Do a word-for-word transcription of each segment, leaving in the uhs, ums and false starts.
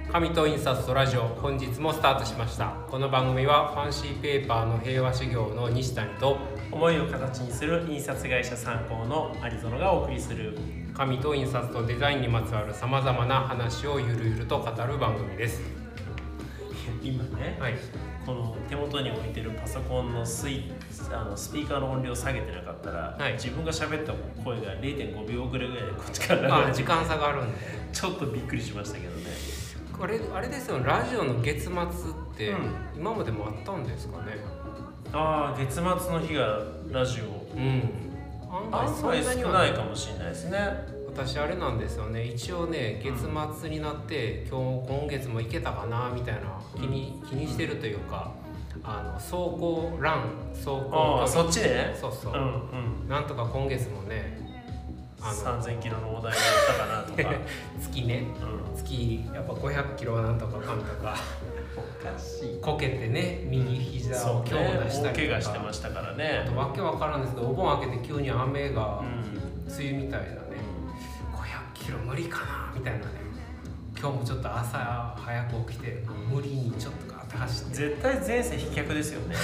紙と印刷とラジオ、本日もスタートしました。この番組はファンシーペーパーの平和修行の西谷と思いを形にする印刷会社参考の有園がお送りする紙と印刷とデザインにまつわるさまざまな話をゆるゆると語る番組です。 今ね、はい、この手元に置いてるパソコンのスイあのスピーカーの音量下げてなかったら、はい、自分が喋った声が れいてんごびょうぐらいでこっちからあ時間差があるんでちょっとびっくりしましたけどね。 これあれですよ、ラジオの月末って今までもあったんですかね。 うん、ああ月末の日がラジオ、うん、案外少ないかもしれないですね。 私あれなんですよね、一応ね月末になって今日今月も行けたかなみたいな気に、気にしてるというか、あの走行ラン走行あそっちねそうそう、 うんうん、 なんとか今月もねあのさんぜんキロのお題があったかなとか月ね、うん、月やっぱごひゃくキロはなんとかかんとかおかしいこけてね右膝を強打したりとか、 ね、大怪我してましたからね。 あとわけわからんですけど、お盆明けて急に雨が、うん、梅雨みたいなね、ごひゃくキロ無理かなみたいなね。今日もちょっと朝早く起きて無理にちょっとガーッと走って絶対前世飛脚ですよね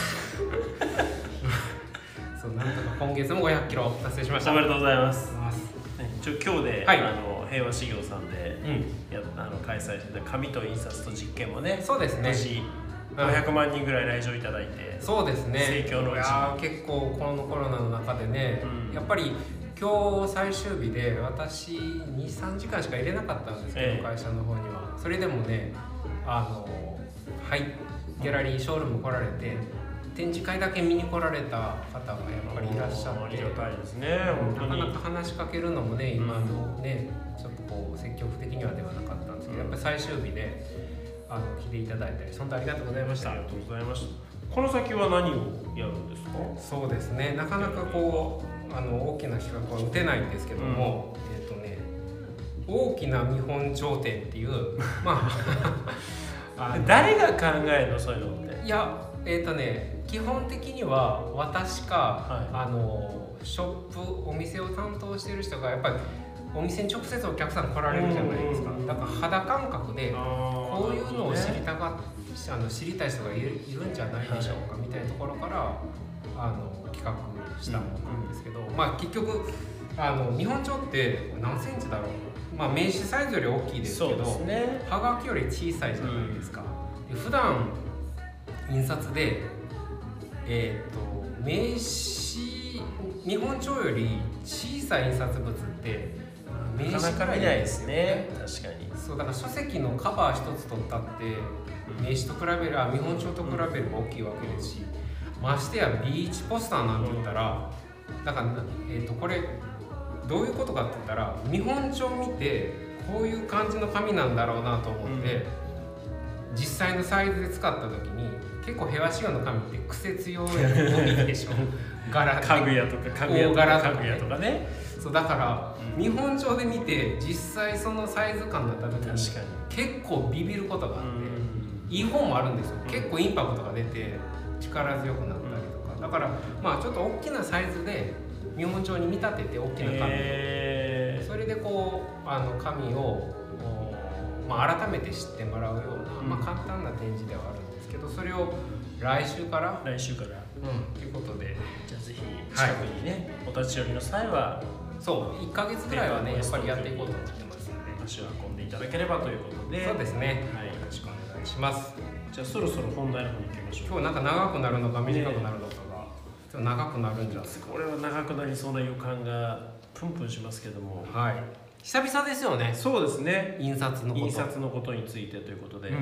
そうなんとか今月もごひゃくキロ達成しました。 おめでとうございます。ちょ今日で、はい、あの平和修行さんで、うん、やあの開催してた紙と印刷と実験もね、 そうですね、 無事ごひゃくまんにんぐらい来場いただいて、 そうですね、 盛況のうちに。いや結構このコロナの中でね、うん、やっぱり今日最終日で私 にさんじかんしか入れなかったんですけど、ええ、会社の方にはそれでもね、あのはいギャラリーショールーム来られて展示会だけ見に来られた方がやっぱりいらっしゃって、 ありがたいですね。 なかなか話しかけるのもね今のね、うん、ちょっとこう積極的にはではなかったんですけど、やっぱり最終日であの来ていただいたり本当ありがとうございました。 ありがとうございました。この先は何をやるんですか？ そうですね、なかなかこうあの大きな企画は打てないんですけども、うん、えっとね大きな見本頂点っていうまあ誰が考えるのそういうのって？ いやえっとね基本的には私か、はい、あのショップお店を担当してる人がやっぱりお店に直接お客さん来られるじゃないですか。だから肌感覚でこういうのを知りたがあの知りたい人がいる、いるんじゃないでしょうか、はい、みたいなところからあの企画したものなんですけど、うんうん、まあ結局あの日本帳って何センチだろう、まあ名刺サイズより大きいですけど、ね、はがきより小さいじゃないですか。うん、普段印刷でえー、と名刺日本帳より小さい印刷物って名刺くらいないですね。確かにそうだから書籍のカバー一つ取ったって名刺と比べれば見本帳と比べれば大きいわけですし、ましてや ビーワン ポスターなんて言ったらだから、えー、とこれどういうことかって言ったら見本帳見てこういう感じの紙なんだろうなと思って、うん、実際のサイズで使った時に結構平和仕様の紙って癖強いやつ多いでしょ柄家具屋とか家具屋とか家具屋とかね。 そうだから、うん、見本帳で見て実際そのサイズ感になった時に結構ビビることがあって、うん、いい本もあるんですよ、うん、結構インパクトが出て力強くなったりとか、うん、だからまあちょっと大きなサイズで見本帳に見立てて大きな紙、えー、それでこうあの紙を、まあ、改めて知ってもらうような、うんまあ、簡単な展示ではあるんですけど、それを来週から来週からうんということで、 じゃあぜひ近くにね、はい、お立ち寄りの際はそういっかげつぐらいはねやっぱりやっていこうと思ってますので足を運んでいただければということで、 そうですね、はい、よろしくお願いします。 じゃあそろそろ本題の方に行きましょう。 今日なんか長くなるのか短くなるのかが、ね、ちょっと長くなるんじゃないですか。 これは長くなりそうな予感がプンプンしますけども、 はい久々ですよね。 そうですね。 印刷のこと。 印刷のことについてということで、うん、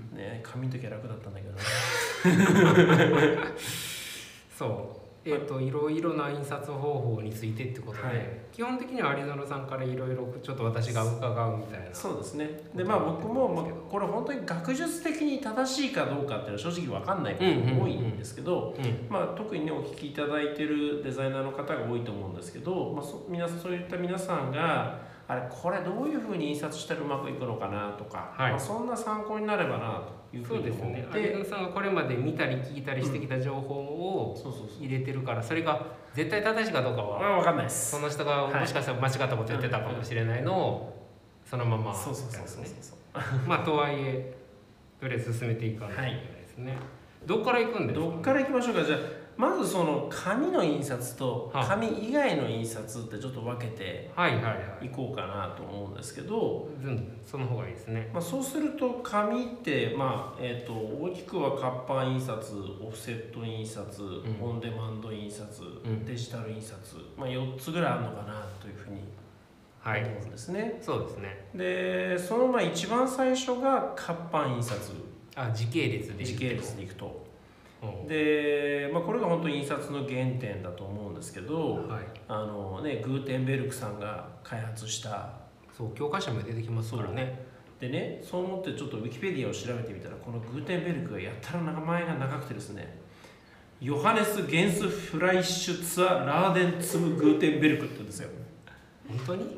ね紙の時は楽だったんだけどね。 そう。えっ、ー、といろいろな印刷方法についてってことで、はい、基本的には有園さんからいろいろちょっと私が伺うみたいな。 そうですね。でまあ僕も、まあ、これ本当に学術的に正しいかどうかっていうのは正直分かんないことが多いんですけど、まあ特にねお聞きいただいてるデザイナーの方が多いと思うんですけど、まあそ皆そういった皆さんがあれこれどういうふうに印刷したらうまくいくのかなとか、はいまあ、そんな参考になればなというふうに思って、そうですね、 有園さんがこれまで見たり聞いたりしてきた情報を入れてるから、それが絶対正しいかどうかは分かんないです。 その人がもしかしたら間違ったこと言ってたかもしれないのをそのままそうそうそうそうそうまあとはいえとりあえず進めていかないといけないですね、はい、どっから行くんですか、 どっから行きましょうか。じゃあまずその紙の印刷と紙以外の印刷ってちょっと分けていこうかなと思うんですけど、 その方がいいですね。 まあ、そうすると紙って、まあえー、と大きくは活版印刷、オフセット印刷、うん、オンデマンド印刷、うん、デジタル印刷、まあ、よっつぐらいあるのかなというふうに思うんですね、はい、 そうですね。 でそのまあ一番最初が活版印刷、 あ時系列でいくと時系列でいくとで、まあ、これが本当に印刷の原点だと思うんですけど、はい、あのね、グーテンベルクさんが開発したそう教科書も出てきますからね。 でね、そう思ってちょっとウィキペディアを調べてみたら、このグーテンベルクがやったら名前が長くてですね、ヨハネス・ゲンス・フライシュツァ・ラーデンツム・グーテンベルクって言うんですよ。 本当に？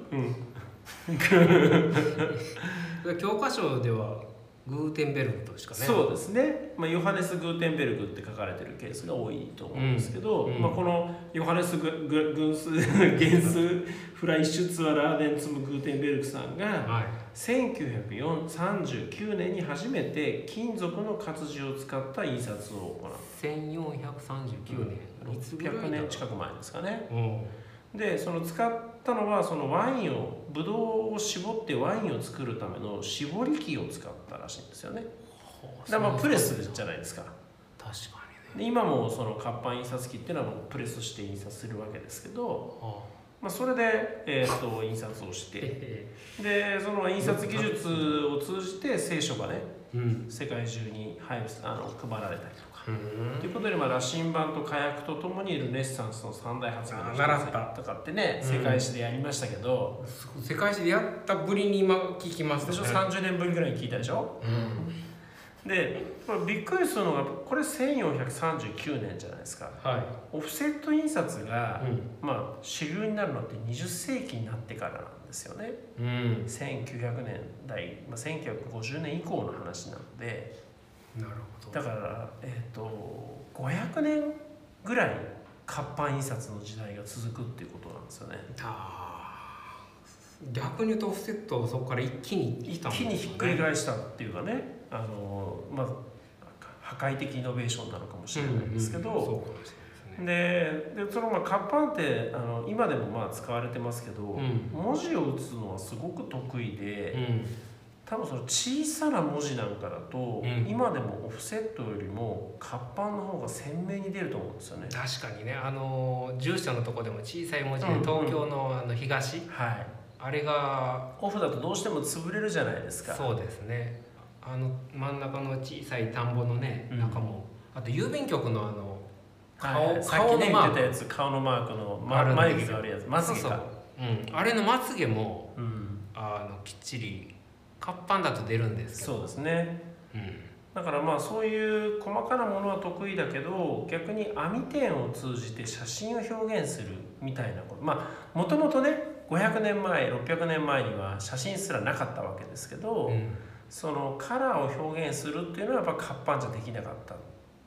うん。 教科書ではグーテンベルクとしかね。 そうですね、まあ、ヨハネス・グーテンベルクって書かれてるケースが多いと思うんですけど、うんうん、まあ、このヨハネスグ・グ・グンス・ゲンス・フライシュツァ・ラーデンツム・グーテンベルクさんがせんきゅうひゃくさんじゅうきゅうねんに初めて金属の活字を使った印刷を行う。 せんよんひゃくさんじゅうきゅうねん、 ろっぴゃくねん近く前ですかね、 うん、 でその使ったのはそのワインをブドウを絞ってワインを作るための絞り機を使ったらしいんですよね。だからまあプレスじゃないですか。 確かにね。で今もその活版印刷機っていうのはもうプレスして印刷するわけですけど、はあ、まあ、それで、えー、と印刷をしてでその印刷技術を通じて聖書がね、うん、世界中に配あの配られたりとかということで、まあ、羅針盤と火薬とともにルネッサンスの三大発明の一つとかってね、世界史でやりましたけど、 うん、世界史でやったぶりに今聞きますでしょ、さんじゅうねんぶりぐらいに聞いたでしょ、うん、でびっくりするのがこれせんよんひゃくさんじゅうきゅうねんじゃないですか、はい、オフセット印刷が、うん、まあ、主流になるのってにじゅっせいきになってからなんですよね、うん、せんきゅうひゃくねんだい、まあ、せんきゅうひゃくごじゅうねん以降の話なので、 なるほど。 だから、えー、とごひゃくねんぐらい活版印刷の時代が続くっていうことなんですよね。 あ逆に言うとオフセットをそこから一気に一気にひっくり返したっていうかね、あの、まあ、破壊的イノベーションなのかもしれないんですけど、うんうん、そうかもしれないですね。で、でそのまあ活版ってあの今でもまあ使われてますけど、うん、文字を打つのはすごく得意で、うん、多分その小さな文字なんかだと、うん、今でもオフセットよりも活版の方が鮮明に出ると思うんですよね。 確かにね、あの住所のとこでも小さい文字で、うんうん、東京のあの東、はい、あれがオフだとどうしても潰れるじゃないですか。 そうですね。あの真ん中の小さい田んぼのね、うん、中もあと郵便局のあの顔、はい、さっきね言ってたやつ、顔のマークの、ま、眉毛があるやつ、まつげか、そうそう、 うん、あれのまつげも、うん、あのきっちり活版だと出るんですけど。 そうですね、うん、だからまあそういう細かなものは得意だけど、逆に網点を通じて写真を表現するみたいなこと、まあもともとねごひゃくねんまえろっぴゃくねんまえには写真すらなかったわけですけど、うん、そのカラーを表現するっていうのはやっぱ活版じゃできなかった。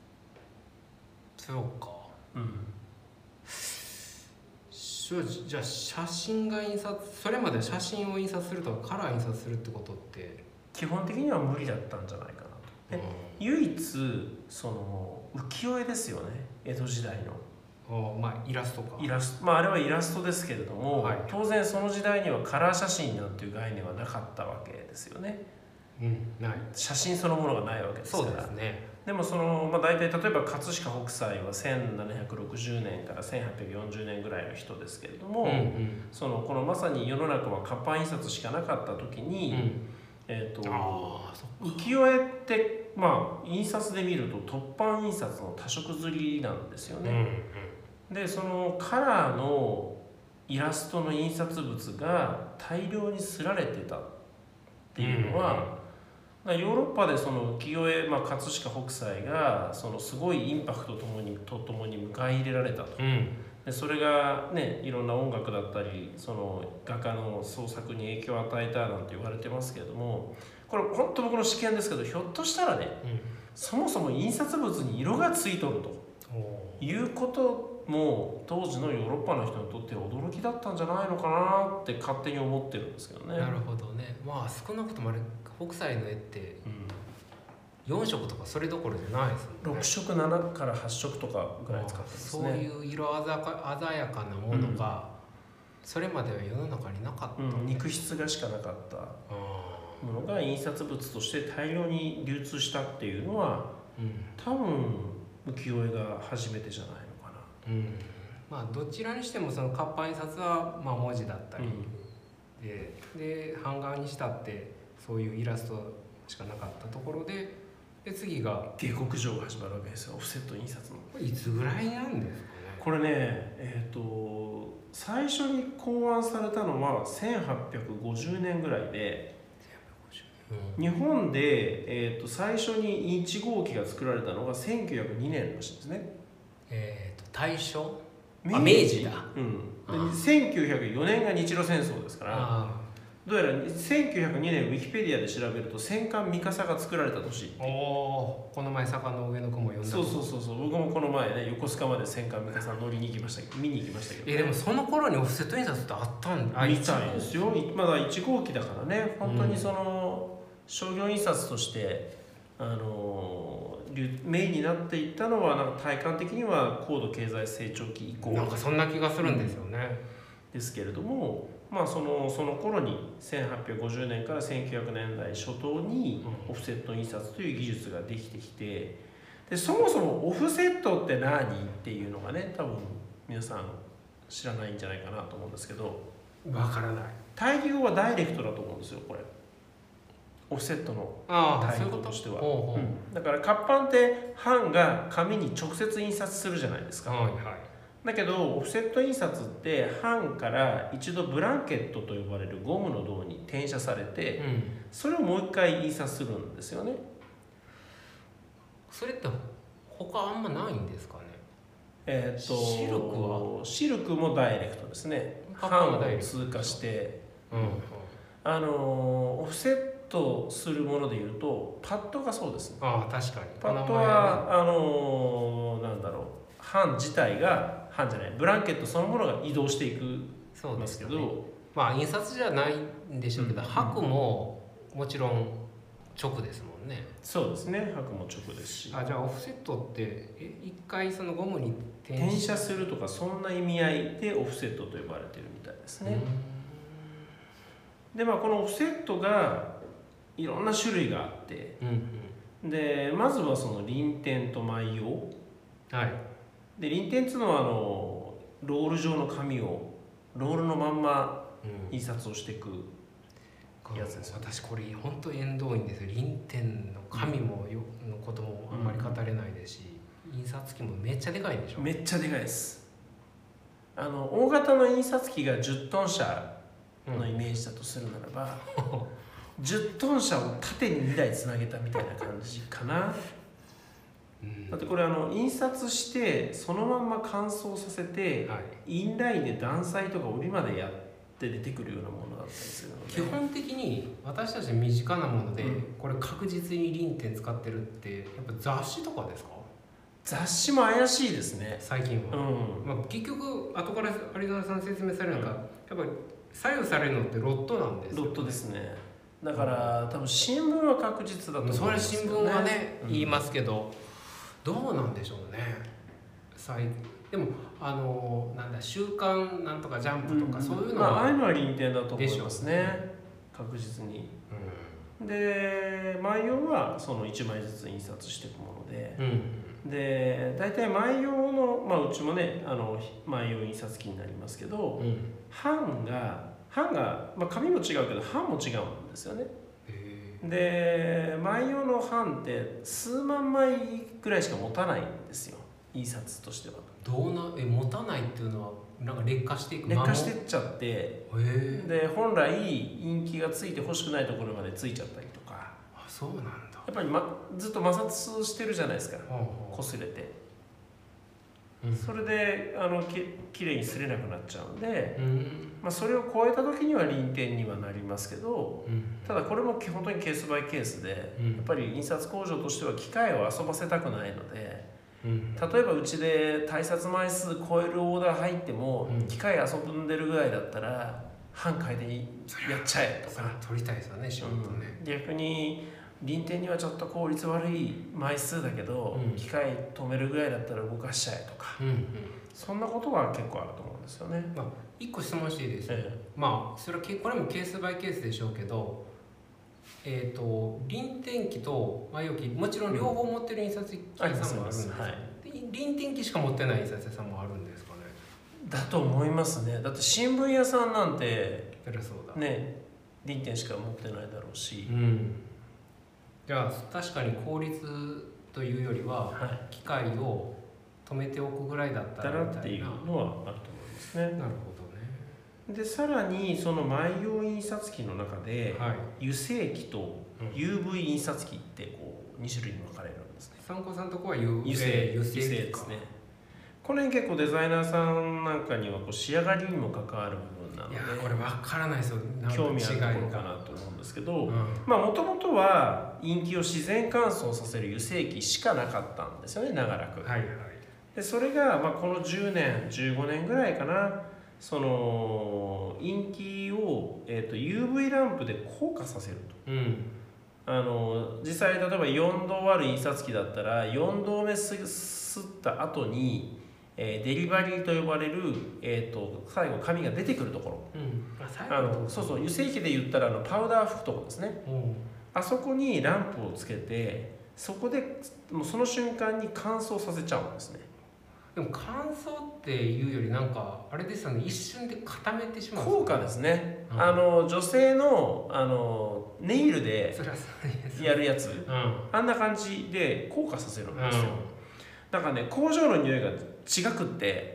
そうか、うん、じゃあ写真が印刷、それまで写真を印刷するとかカラー印刷するってことって基本的には無理だったんじゃないかなと。で、うん、唯一その浮世絵ですよね、江戸時代の。 まあ、イラストかイラスト、まあ、あれはイラストですけれども、はい、当然その時代にはカラー写真なんていう概念はなかったわけですよね、うん、ない写真そのものがないわけですから。 そうですね。 でもその、まあ、大体例えば葛飾北斎はせんななひゃくろくじゅうねんからせんはっぴゃくよんじゅうねんぐらいの人ですけれども、うんうん、そのこのまさに世の中は活版印刷しかなかった時に、うん、えーと、浮世絵って、まあ、印刷で見ると凸版印刷の多色刷りなんですよね、うんうん、でそのカラーのイラストの印刷物が大量に刷られてたっていうのは、うんうん、ヨーロッパでその浮世絵、まあ、葛飾北斎がそのすごいインパクトともにとともに迎え入れられたと、うん、でそれがねいろんな音楽だったりその画家の創作に影響を与えたなんて言われてますけれども、これ本当僕の試験ですけど、ひょっとしたらね、うん、そもそも印刷物に色がついとるということもう当時のヨーロッパの人にとって驚きだったんじゃないのかなって勝手に思ってるんですけどね。 なるほどね。まあ少なくともあれ北斎の絵ってよん色とかそれどころじゃないですもんね。 ろく色ななからはち色とかぐらい使ってますね。 そういう色鮮やか鮮やかなものが、うん、それまでは世の中になかった、 うん、肉質がしかなかったものが印刷物として大量に流通したっていうのは、うん、多分浮世絵が初めてじゃないのかな、うん、 まあどちらにしてもその活版印刷はまあ文字だったり、うん、で, で版画にしたってそういうイラストしかなかったところで、で次が下克上が始まるわけですよ。オフセット印刷の。 いつぐらいなんですかね。 これね、えっと最初に考案されたのはせんはっぴゃくごじゅうねんぐらいで、うん、日本で、えー、と最初にいち号機が作られたのがせんきゅうひゃくにねんらしいですね。 えー、と大正明治、明治だ、 うん、でせんきゅうひゃくよねんが日露戦争ですから、どうやらせんきゅうひゃくにねんウィキペディアで調べると戦艦三笠が作られた年。 おお、この前坂の上の雲読んだ。 そうそうそうそう、僕もこの前ね横須賀まで戦艦三笠乗りに行きましたけど、見に行きましたけど、ね、 えでもその頃にオフセット印刷ってあったんだ。 みたいですよ。まだいち号機だからね、本当にその、うん、商業印刷としてあのメインになっていったのはなんか体感的には高度経済成長期以降なんかそんな気がするんですよね、 うん、ですけれども、まあ、そのその頃にせんはっぴゃくごじゅうねんからせんきゅうひゃくねんだい初頭にオフセット印刷という技術ができてきて、でそもそもオフセットって何っていうのがね、多分皆さん知らないんじゃないかなと思うんですけど。 わからない。 対義語はダイレクトだと思うんですよこれ。オフセットの対義語としては。うん、だから活版って版が紙に直接印刷するじゃないですか。はいはい、だけどオフセット印刷って版から一度ブランケットと呼ばれるゴムの銅に転写されて、うん、それをもう一回印刷するんですよね。 それって他あんまないんですかね。 えー、とシルクはシルクもダイレクトですね。版を通過して、うんうん、あのオフセットするものでいうとパッドがそうですね。 ああ確かに。 パッドはあのなんだろう、版自体が版じゃないブランケットそのものが移動していくんですけど、ね、 まあ印刷じゃないんでしょうけど、うん、箔ももちろん直ですもんね。 そうですね、箔も直ですし。 あ、じゃあオフセットってえ一回そのゴムに転写するとかそんな意味合いでオフセットと呼ばれてるみたいですね。でまあこのオフセットがいろんな種類があって、うんうん、でまずはその輪転と枚用、はい、で輪転っていうのはあのロール状の紙をロールのまんま印刷をしていくやつです、 うん、私これ本当に縁遠いんですよ。輪転の紙もよのこともあんまり語れないですし、うん、印刷機もめっちゃでかいでしょ。 めっちゃでかいです。あの大型の印刷機がじゅっトン車のイメージだとするならば、うんじゅっトン車を縦ににだいつなげたみたいな感じかな、うん、だってこれあの印刷してそのまんま乾燥させて、はい、インラインで断裁とか折りまでやって出てくるようなものだったりするので、 基本的に私たち身近なもので、うん、これ確実に輪転使ってるってやっぱ雑誌とかですか？ 雑誌も怪しいですね最近は、うんまあ、結局後から有沢さん説明されるのが、うん、やっぱり左右されるのってロットなんですよ、ね、 ロットですね。だから多分新聞は確実だと思うんですよね。それ新聞はね、うん、言いますけどどうなんでしょうね。でもあのなんだ週刊なんとかジャンプとか、うん、そういうのは、 まあ、ああいうのは輪転だと思いますね確実に、うん、で枚用はそのいちまいずつ印刷していくもので、うん、で大体枚用の、まあ、うちもねあの枚用印刷機になりますけど、うん、版が版が、まあ、紙も違うけど版も違うんですよね。で枚用の版って数万枚ぐらいしか持たないんですよ印刷としては。 どうなえ持たないっていうのはなんか劣化していく劣化してっちゃってで本来インキがついてほしくないところまでついちゃったりとか。 あそうなんだ。やっぱり、ま、ずっと摩擦してるじゃないですか擦れて。うん、それであのききれいに擦れなくなっちゃうんで、うんまあ、それを超えた時には輪転にはなりますけど、うん、ただこれも本当にケースバイケースで、うん、やっぱり印刷工場としては機械を遊ばせたくないのでうん、例えばうちで対札枚数超えるオーダー入っても、うん、機械遊んでるぐらいだったら半回でやっちゃえとか取りたいですよね仕事ね、 うん、逆に臨転にはちょっと効率悪い枚数だけど、うん、機械止めるぐらいだったら動かしちゃえとか、うんうん、そんなことは結構あると思うんですよね。 まあ、いっこ質問していいですか、ええ、まあそれはこれもケースバイケースでしょうけど、えーと、臨転機と前置きもちろん両方持ってる印刷機屋さんもあるんですか、はい、臨転機しか持ってない印刷屋さんもあるんですかね。 だと思いますね。だって新聞屋さんなんてそうだね臨転しか持ってないだろうし、 うん、じゃあ確かに効率というよりは機械を止めておくぐらいだったらみたいなっていうのはあると思いますね。なるほどね。でさらにその万用印刷機の中で、はい、油性機と ユーブイ 印刷機ってこうに種類に分かれるんですね。 参考さんのとこは油性油性ですね。この辺結構デザイナーさんなんかにはこう仕上がりにも関わる部分なので、いやこれ分からないですよ。 興味あるところかなと思うんですけど、うん、まあもともとはインキを自然乾燥させる油性機しかなかったんですよね、長らく。はいはい、でそれがまあこのじゅうねんじゅうごねんぐらいかな、そのインキを、えー、と ユーブイ ランプで硬化させると。うん、あの実際例えばよんどうある印刷機だったらよんどうめすった後にえー、デリバリーと呼ばれる、えー、と最後紙が出てくるところ、うん、ああのそうそう油性機で言ったらあのパウダー吹くところですね、うん、あそこにランプをつけてそこでもうその瞬間に乾燥させちゃうんですね。 でも乾燥っていうよりなんかあれですよね、一瞬で固めてしまう効果ですね、うん、あの女性のあのネイルでやるやつ、うん、あんな感じで硬化させるんですよ、うん、だからね工場の匂いが違くって、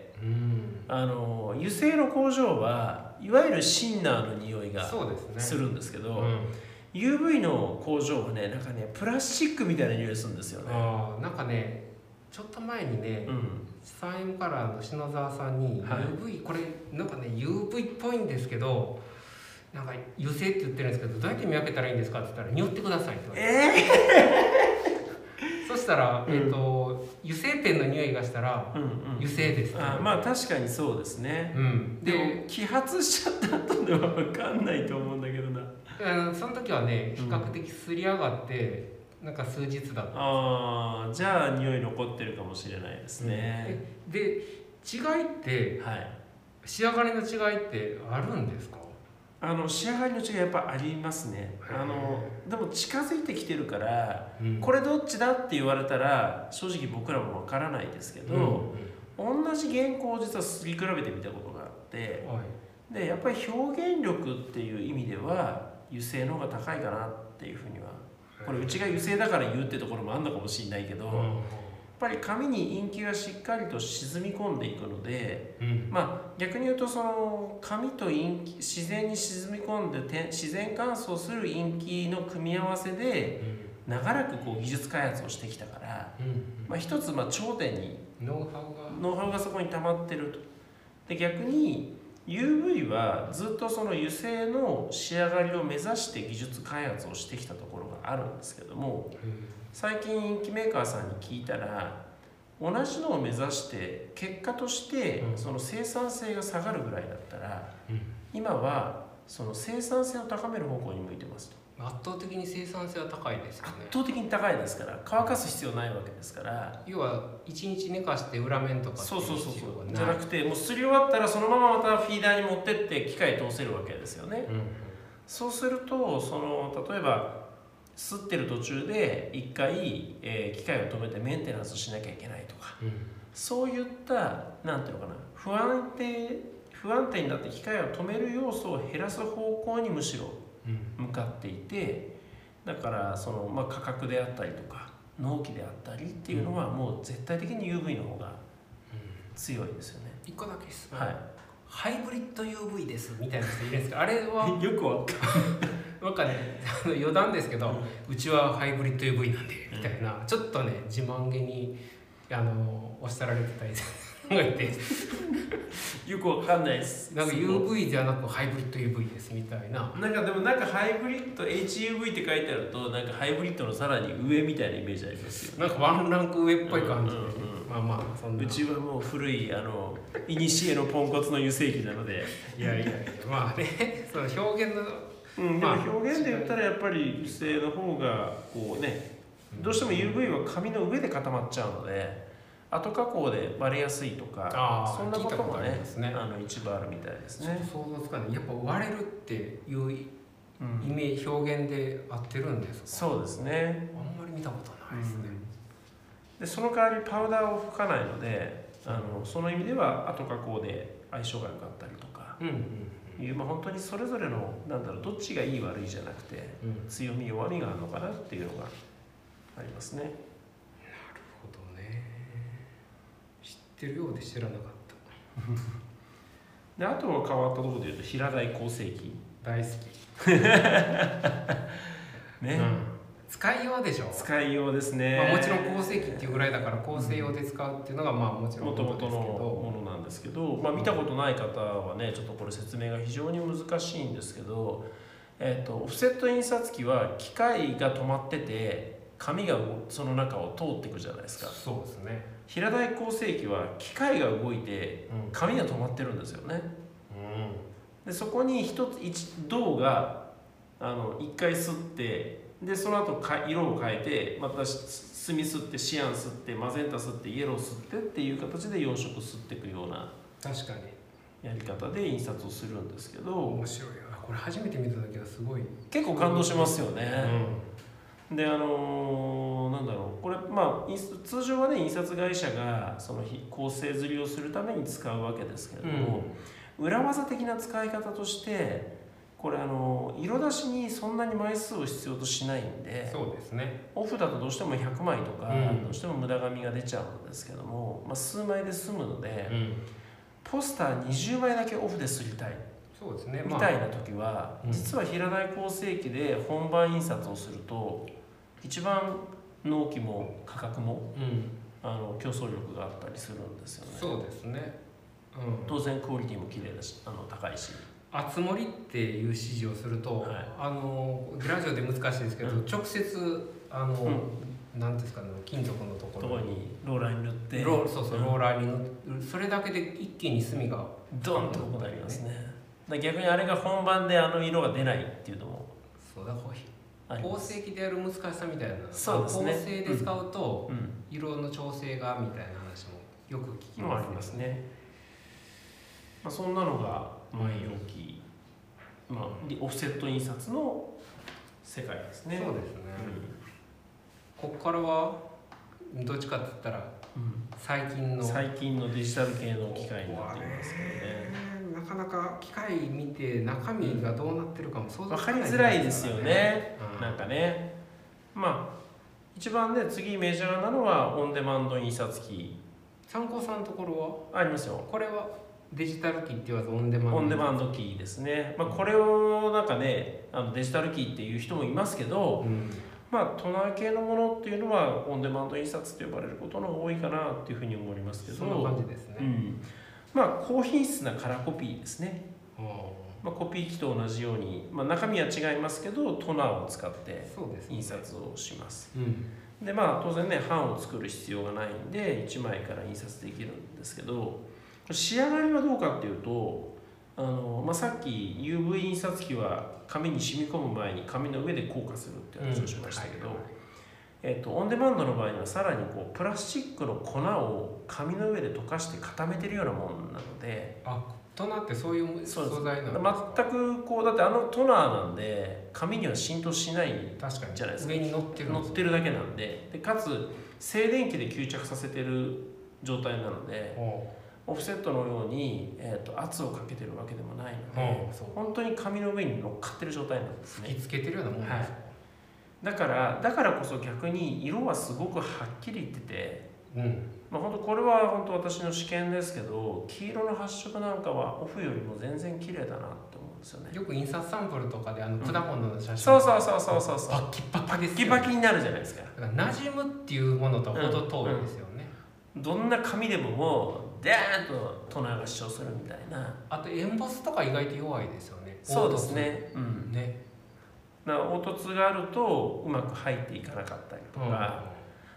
うん、あの油性の工場はいわゆるシンナーの匂いがするんですけど、うん、ユーブイ の工場はねなんかねプラスチックみたいな匂いするんですよね。 あなんかねちょっと前にね、うん、サンエムカラーの篠沢さんに ユーブイ、はい、これなんかね ユーブイ っぽいんですけどなんか油性って言ってるんですけどどうやって見分けたらいいんですかって言ったら匂ってくださいって言われて、えー、そしたら、えーと、油性ペンの匂いがしたら、うんうん、油性ですって。 あまあ確かにそうですね、うん、でも揮発しちゃった後では分かんないと思うんだけどな。 あのその時はね比較的すり上がって、うん、なんか数日だったんです。 ああじゃあ匂い残ってるかもしれないですね、 うん、で違いって、はい、仕上がりの違いってあるんですか？ あの仕上がりの違いやっぱありますね。あのでも近づいてきてるから、うん、これどっちだって言われたら正直僕らもわからないですけど、うんうん、同じ原稿を実はすり比べてみたことがあって、はい、でやっぱり表現力っていう意味では油性の方が高いかなっていうふうには、これうちが油性だから言うってところもあるのかもしれないけど、うんやっぱり紙にインキがしっかりと沈み込んでいくので、うん、まあ逆に言うとその紙とインキ自然に沈み込んで自然乾燥するインキの組み合わせで長らくこう技術開発をしてきたから、うんまあ、一つまあ頂点にノウハウがノウハウがそこに溜まってると。で逆に ユーブイ はずっとその油性の仕上がりを目指して技術開発をしてきたところがあるんですけども、最近インキメーカーさんに聞いたら同じのを目指して結果としてその生産性が下がるぐらいだったら、うん、今はその生産性を高める方向に向いてますと。 圧倒的に生産性は高いですよね。 圧倒的に高いですから乾かす必要ないわけですから、 要はいちにち寝かして裏面とかそうそうそうそうじゃなくてもうすり終わったらそのまままたフィーダーに持ってって機械通せるわけですよね、うん、そうするとその例えば吸ってる途中で一回、えー、機械を止めてメンテナンスしなきゃいけないとか、うん、そういったなんていうのかな不安定不安定になって機械を止める要素を減らす方向にむしろ向かっていて、だからその、まあ、価格であったりとか納期であったりっていうのはもう絶対的に ユーブイ の方が強いですよね。 一個だけ質問、 はい、 ハイブリッド ユーブイ ですみたいな人いるんですか？あれはよくわかんないなんかね余談ですけど、うん、うちはハイブリッド ユーブイ なんでみたいな、うん、ちょっとね自慢げにあのおっしゃられてたりがいてよくわかんないです。 なんか ユーブイ じゃなくハイブリッド ユーブイ ですみたいな。 なんかでもなんかハイブリッド エイチユーブイ って書いてあるとなんかハイブリッドのさらに上みたいなイメージありますよ。 なんかワンランク上っぽい感じで、うんうんうんまあまあそんなうちはもう古いあのいにしえのポンコツの油性器なのでいやいやいやまあねその表現のうん、でも表現で言ったらやっぱり油性の方がこうね、どうしても ユーブイ は紙の上で固まっちゃうので後加工で割れやすいとか、そんなこともね、ねあの一部あるみたいですね。 想像つかない。やっぱ割れるっていうイメージ、うん、表現で合ってるんですか？ そうですね。 あんまり見たことないですね。 うん、でその代わりパウダーを吹かないので、あのその意味では後加工で相性が良かったりとか。うんうんいう、まあ、本当にそれぞれのなんだろうどっちがいい悪いじゃなくて、うん、強み弱みがあるのかなっていうのがありますね。なるほどね。知ってるようで知らなかったであとは変わったところでいうと平台構成機大好きね、うん、 使い用でしょ。 使い用ですね、 まあ、もちろん構成機っていうぐらいだから構成用で使うっていうのがまあもちろんもともとのものなんですけど、まあ、見たことない方はねちょっとこれ説明が非常に難しいんですけど、えーと、オフセット印刷機は機械が止まってて紙がその中を通っていくじゃないですか。 そうですね。 平台構成機は機械が動いて紙が止まってるんですよね。うん、でそこに一つ一銅があの一回吸ってでその後か色を変えてまた墨吸ってシアン吸ってマゼンタ吸ってイエロー吸ってっていう形でよん色吸っていくような確かにやり方で印刷をするんですけど、 面白いな。これ初めて見た時はすごい結構感動しますよね。うん、であのー、なんだろうこれまあ通常はね印刷会社がその構成刷りをするために使うわけですけれども、うん、裏技的な使い方としてこれあの色出しにそんなに枚数を必要としないんで、 そうですね。 オフだとどうしてもひゃくまいとか、うん、どうしても無駄紙が出ちゃうんですけども、まあ、数枚で済むので、うん、ポスターにじゅうまいだけオフで刷りたいそうですね、 みたいな時は、まあ、実は平台構成機で本番印刷をすると一番納期も価格も、うん、あの競争力があったりするんですよね。 そうですね、 うん、当然クオリティも綺麗だしあの高いし。 あつ森っていう指示をすると、はい、あのラジオで難しいですけど、うん、直接あの、うん、なんですかね金属のところにローラーに塗ってロそうそう、うん、ローラーに塗るそれだけで一気に墨がドンとこうなりますね。だ逆にあれが本番であの色が出ないっていうのもそうだから構成機でやる難しさみたいなそうですね。 構成で使うと、うん、色の調整がみたいな話もよく聞きますね。 ありますね。まあ、そんなのが前置き、まあ、オフセット印刷の世界ですね。 そうですね、うん、ここからはどっちかって言ったら、うん、最近の最近のデジタル系の機械になっていますけどね。 なかなか機械見て中身がどうなってるかも想像つかないですからね。分かりづらいですよね、うん、なんかね。まあ一番ね次メジャーなのはオンデマンド印刷機。 参考さんのところはありますよ。 これはデジタル機って言わずオンデマンドオンデマンドキーですね。まあ、これをなんかねあのデジタルキーっていう人もいますけど、うん、まあトナー系のものっていうのはオンデマンド印刷と呼ばれることの方が多いかなっていうふうに思いますけど、 そんな感じですね、うん、 まあ高品質なカラーコピーですね、まあ、コピー機と同じように、まあ、中身は違いますけどトナーを使って印刷をします。でまあ当然ね版を作る必要がないんでいちまいから印刷できるんですけど、仕上がりはどうかっていうとあの、まあ、さっき ユーブイ 印刷機は紙に染み込む前に紙の上で硬化するって話をしましたけど、うんはいはいえー、とオンデマンドの場合にはさらにこうプラスチックの粉を紙の上で溶かして固めてるようなものなので、 あトナーってそういう素材なんですか？全くこうだってあのトナーなんで紙には浸透しないじゃないですか。 上に乗ってる乗ってるだけなんで、でかつ静電気で吸着させてる状態なのでオフセットのように、えー、と圧をかけてるわけでもないので、うん、本当に紙の上に乗っかってる状態なんですね。 吹きつけてるようなもんですか、はい、 だからだからこそ逆に色はすごくはっきりいってて、うんまあ、本当これは本当私の試験ですけど黄色の発色なんかはオフよりも全然綺麗だなって思うんですよね。 よく印刷サンプルとかであの果物の写真、うん、 そうそうそうそうそうそうバッキバキですよね。 バッキバキになるじゃないですか。 だから馴染むっていうものとは程遠いですよね、 うんうん、どんな紙でももうダーンとトナーが主張するみたいな。 あとエンボスとか意外と弱いですよね。 そうですね、うん、ねだから凹凸があるとうまく入っていかなかったりとか、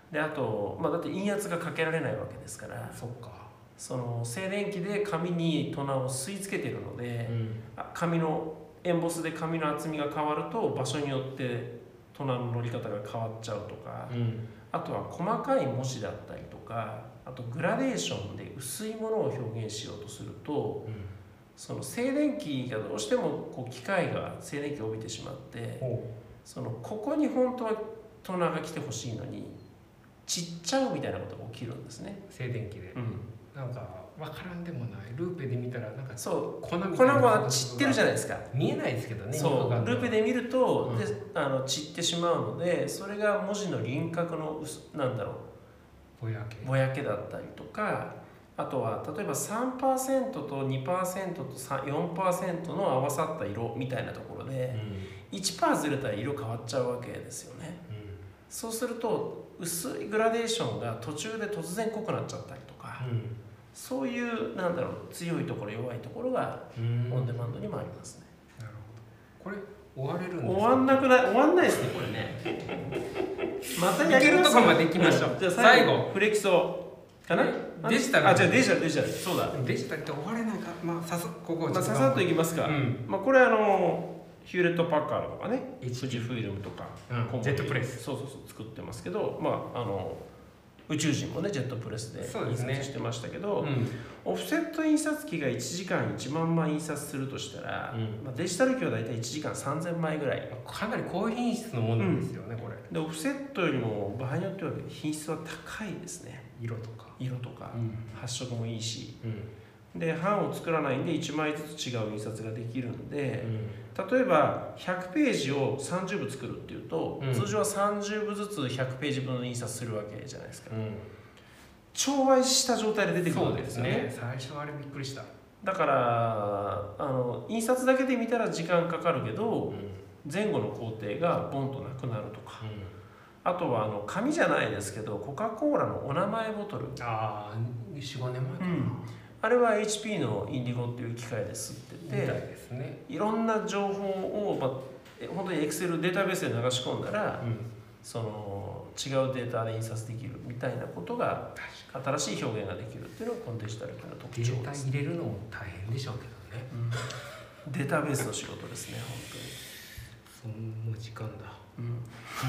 であと、まあ、だって陰圧がかけられないわけですから、 そっか、 その静電気で紙にトナーを吸い付けてるので、うん、紙のエンボスで紙の厚みが変わると場所によってトナーの乗り方が変わっちゃうとか、うん、あとは細かい文字だったりとか、あとグラデーションで薄いものを表現しようとすると、うん、その静電気がどうしてもこう機械が静電気を帯びてしまって、そのここに本当はトナーが来てほしいのに散っちゃうみたいなことが起きるんですね、 静電気で、うん、なんか分からんでもない。ルーペで見たらなんかそう粉みたいな粉が散ってるじゃないですか。 見えないですけどね。 そうルーペで見ると、うん、であの散ってしまうので、それが文字の輪郭のなんだろうぼやけぼやけだったりとか、あとは例えば さんパーセント と にパーセント と よんパーセント の合わさった色みたいなところで、うん、いちパーセント ずれたら色変わっちゃうわけですよね、うん、そうすると薄いグラデーションが途中で突然濃くなっちゃったりとか、うん、そういうなんだろう強いところ弱いところがオンデマンドにもありますね。 なるほど。これ終われるんですか？ 終わんなくない終わんないですねこれね。またやります。 いけるとこまで行きましょう。 じゃあ最後フレキソかな？ デジタル。 あ、じゃあデジタルデジタル。そうだ。 デジタルって終われないか。まあさすここまあささっといきますか。うん、まあこれあのヒューレット・パッカードとかね、富士フイルムとか、 うん、ジェットプレス。 そうそうそう作ってますけど、まああの宇宙人もねジェットプレスで印刷してましたけど、ね、うん、オフセット印刷機がいちじかんいちまんまい印刷するとしたら、うん、まあ、デジタル機は大体いちじかんさんぜんまいぐらい。 かなり高品質のものですよね、うん、これ。 でオフセットよりも場合によっては品質は高いですね。 色とか色とか、うん、発色もいいし、 うん、 で版を作らないんでいちまいずつ違う印刷ができるんで、うん、例えばひゃくページをさんじゅうぶ作るっていうと、うん、通常はさんじゅうぶずつひゃくページ分の印刷するわけじゃないですか、うん、超倍した状態で出てくるわけですよね。 そうですね、最初あれびっくりした。 だからあの印刷だけで見たら時間かかるけど、うん、前後の工程がボンとなくなるとか、うん、あとはあの紙じゃないですけどコカ・コーラのお名前ボトル、 ああ よん、ごねんまえかな、うん、 あれは エイチピー のインディゴっていう機械で吸ってて、 みたいですね、 いろんな情報を、まあ、本当にエクセルデータベースで流し込んだら、うん、その違うデータで印刷できるみたいなことが新しい表現ができるっていうのがこのデジタル機の特徴です。 データ入れるのも大変でしょうけどね、 うん、データベースの仕事ですね本当に。そんな時間だ、 うん、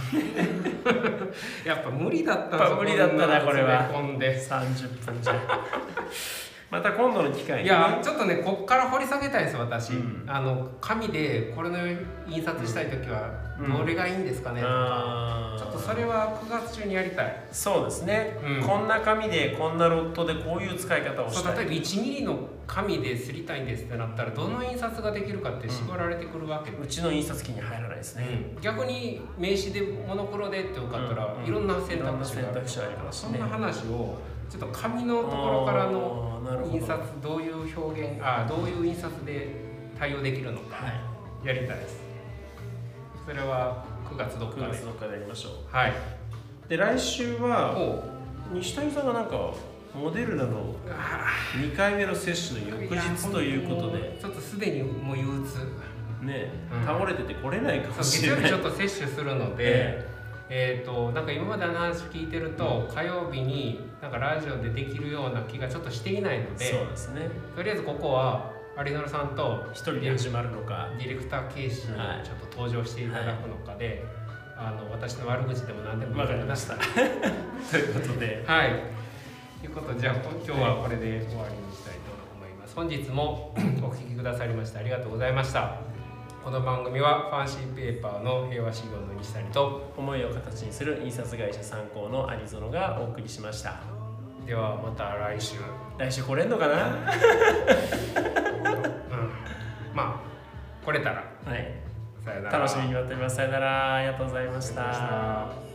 やっぱ無理だったな無理だったなこれは。 ほんでさんじゅっぷんじゃまた今度の機会に、ね、 いやちょっとねこっから掘り下げたいです私、うん、あの紙でこれの印刷したい時はどれがいいんですかね、うん、とかちょっとそれはくがつ中にやりたい。 そうですね、うん、こんな紙でこんなロットでこういう使い方をしたい。 そう例えばいちミリの紙ですりたいんですってなったらどの印刷ができるかって絞られてくるわけで、 うん、うちの印刷機に入らないですね、 うん、逆に名刺でモノクロでってよかったら、うん、いろんな選択肢がある、そんな話をちょっと紙のところからの印刷どういう表現あどういう印刷で対応できるのかやりたいです。それはくがつどっかでくがつどっかでやりましょう。はい。で来週は西谷さんがなんかモデルナのにかいめの接種の翌日ということでちょっとすでにもう憂鬱ね、うん、倒れてて来れないかもしれない。 月曜日ちょっと接種するので。えーえーと、なんか今までの話聞いてると、うん、火曜日になんかラジオでできるような気がちょっとしていないので、 そうですね、 とりあえずここは有野さんと一人で始まるのかディレクター形式にちょっと登場していただくのかで、はい、あの私の悪口でも何でも分かりましたということではいということでじゃあ今日はこれで終わりにしたいと思います。本日もお聞きくださりましてありがとうございました。この番組はファンシーペーパーの平和修行の西谷と思いを形にする印刷会社参考の有園がお送りしました。 ではまた来週。 来週来れんのかな、うん、 まあ来れたら、 はい、 さよなら。 楽しみに待っております。さよなら、ありがとうございました。